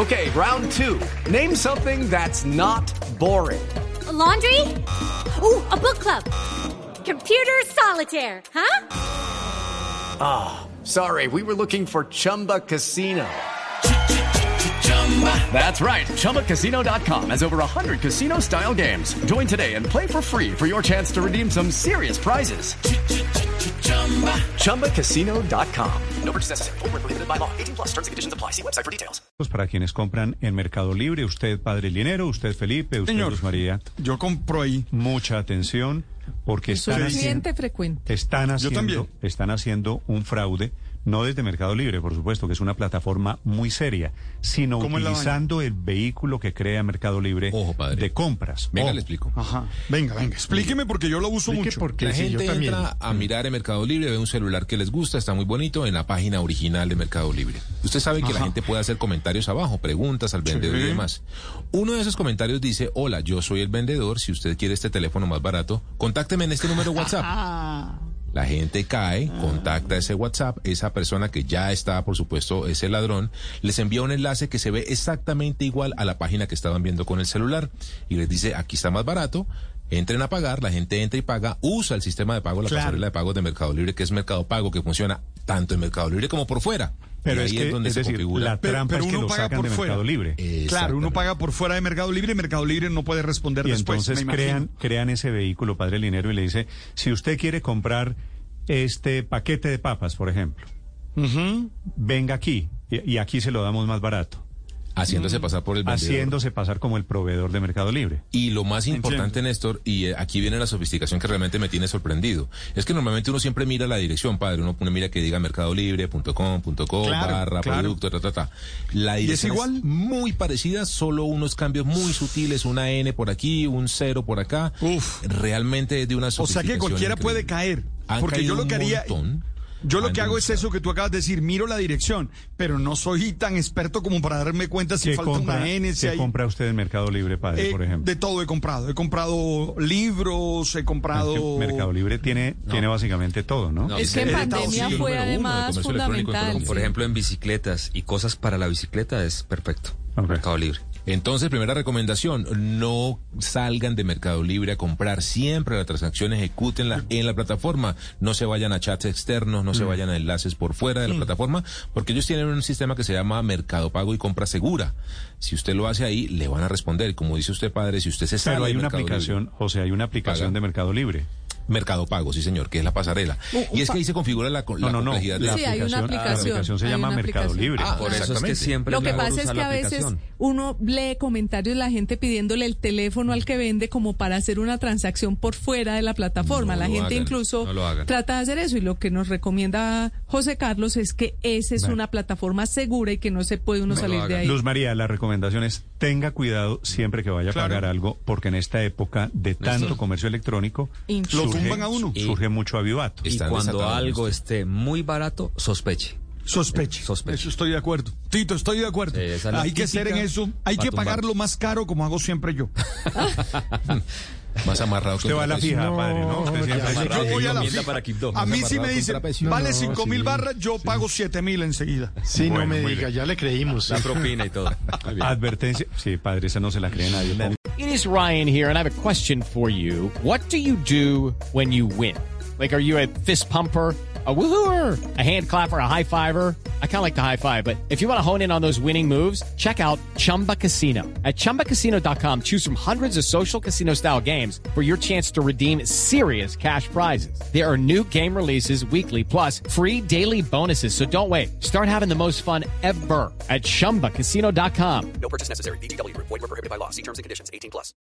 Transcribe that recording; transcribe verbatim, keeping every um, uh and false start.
Okay, round two. Name something that's not boring. A laundry? Ooh, a book club. Computer solitaire, huh? Ah, oh, sorry, we were looking for Chumba Casino. That's right. Chumba Casino dot com has over one hundred casino-style games. Join today and play for free for your chance to redeem some serious prizes. Chumba Casino dot com. No purchase necessary. Void where prohibited by law. eighteen plus terms and conditions apply. See website for details. Para quienes compran en Mercado Libre, usted, padre Linero, usted, Felipe, usted, Señor, Luz María. Yo compro ahí. Mucha atención, porque están cliente haciendo, frecuente. están Yo también. haciendo, están haciendo un fraude. No desde Mercado Libre, por supuesto, que es una plataforma muy seria, sino utilizando el vehículo que crea Mercado Libre. Ojo, padre. De compras. Venga, Ojo. le explico. Ajá. Venga, venga, explíqueme porque yo lo uso Explique mucho. porque La sí, gente yo también. entra a mirar en Mercado Libre, ve un celular que les gusta, está muy bonito, en la página original de Mercado Libre. Usted sabe que Ajá. la gente puede hacer comentarios abajo, preguntas al vendedor Sí. y demás. Uno de esos comentarios dice: hola, yo soy el vendedor, si usted quiere este teléfono más barato, contácteme en este número WhatsApp. La gente cae, contacta ese WhatsApp, esa persona que ya está, por supuesto, ese ladrón, les envía un enlace que se ve exactamente igual a la página que estaban viendo con el celular y les dice: aquí está más barato, entren a pagar, la gente entra y paga, usa el sistema de pago, la Claro. pasarela de pago de Mercado Libre, que es Mercado Pago, que funciona tanto en Mercado Libre como por fuera. Pero Y es ahí que, es donde es se decir, configura. la Pero- trampa pero es que uno lo paga sacan por de fuera. Mercado Libre. Claro, uno Exactamente. paga por fuera de Mercado Libre y Mercado Libre no puede responder Y después. entonces me crean, imagino. crean ese vehículo, padre Linero, y le dice, si usted quiere comprar este paquete de papas, por ejemplo, Ujú. venga aquí, y, y aquí se lo damos más barato, Haciéndose pasar por el vendedor. haciéndose pasar como el proveedor de Mercado Libre. Y lo más importante, Entiendo. Néstor, y eh, aquí viene la sofisticación que realmente me tiene sorprendido, es que normalmente uno siempre mira la dirección, padre, uno pone, mira que diga mercadolibre punto com punto co, Claro, barra, claro. producto, ta, ta, ta. La ¿Y es dirección igual? muy parecida, solo unos cambios muy sutiles, una N por aquí, un cero por acá. Uf. Realmente es de una O sea sofisticación que cualquiera increíble. puede caer. Han Porque yo caído lo que un haría... montón. Yo lo Han que hago es denunciado. eso que tú acabas de decir, miro la dirección, pero no soy tan experto como para darme cuenta si ¿Qué falta compra, una N, si ¿qué hay... compra usted en Mercado Libre, padre, Eh, por ejemplo? de todo he comprado. He comprado libros, he comprado... Es que Mercado Libre tiene, tiene básicamente todo, ¿no? No, Es que en Eh, pandemia sitio fue número uno de además comercio electrónico en fundamental. Colombia. Por sí. ejemplo, en bicicletas y cosas para la bicicleta es perfecto. Ok. Mercado Libre. Entonces, primera recomendación, no salgan de Mercado Libre a comprar, siempre la transacción ejecútenla en la plataforma, no se vayan a chats externos, no se vayan a enlaces por fuera de la plataforma, porque ellos tienen un sistema que se llama Mercado Pago y Compra Segura. Si usted lo hace ahí, le van a responder, como dice usted, padre, si usted se sale Pero hay de una Mercado aplicación, Libre, José, hay una aplicación Paga. de Mercado Libre. Mercado Pago, sí señor, que es la pasarela. Y es que ahí se configura la, co- No, la no, no. complejidad La de Sí, hay una aplicación, la aplicación, aplicación se hay llama una Mercado aplicación. Libre. Ah, Por eso es que exactamente. siempre Lo es que mejor pasa es usar que la a veces aplicación. uno lee comentarios de la gente pidiéndole el teléfono al que vende como para hacer una transacción por fuera de la plataforma. No la lo gente hagan, incluso no lo hagan. trata de hacer eso y lo que nos recomienda José Carlos es que esa es Bueno. una plataforma segura y que no se puede uno No lo salir de hagan. ahí. Luz María, la recomendación es tenga cuidado siempre que vaya a Claro. pagar algo, porque en esta época de tanto comercio electrónico Influye. Lo surge, tumban a uno. surge mucho avivato. Y Están cuando desatados, algo Néstor. esté muy barato, sospeche. Sospeche. Sospeche. Eso estoy de acuerdo. Tito, estoy de acuerdo. Sí, esa es la hay que ser en típica eso. Hay pa' que tumbar. pagarlo más caro como hago siempre yo. Más amarrado que Usted va a la un trapecio. fija, padre, ¿no? Usted siempre Yo voy a la Comienza fija. para Quibdó. A mí Más sí me amarrado dicen, con trapecio. vale No, cinco mil sí, barras, yo pago siete mil enseguida. Sí, no Bueno, me muy diga, bien. ya le creímos. La propina y todo. Muy bien. Advertencia. Sí, padre, esa no se la cree nadie. It is Ryan here, and I have a question for you. What do you do when you win? Like, are you a fist pumper, a woohooer, a hand clapper, a high fiver? I kind of like the high five, but if you want to hone in on those winning moves, check out Chumba Casino. At chumba casino dot com, choose from hundreds of social casino style games for your chance to redeem serious cash prizes. There are new game releases weekly, plus free daily bonuses. So don't wait. Start having the most fun ever at chumba casino dot com. No purchase necessary. V G W Group. Void where prohibited by law. See terms and conditions. eighteen plus.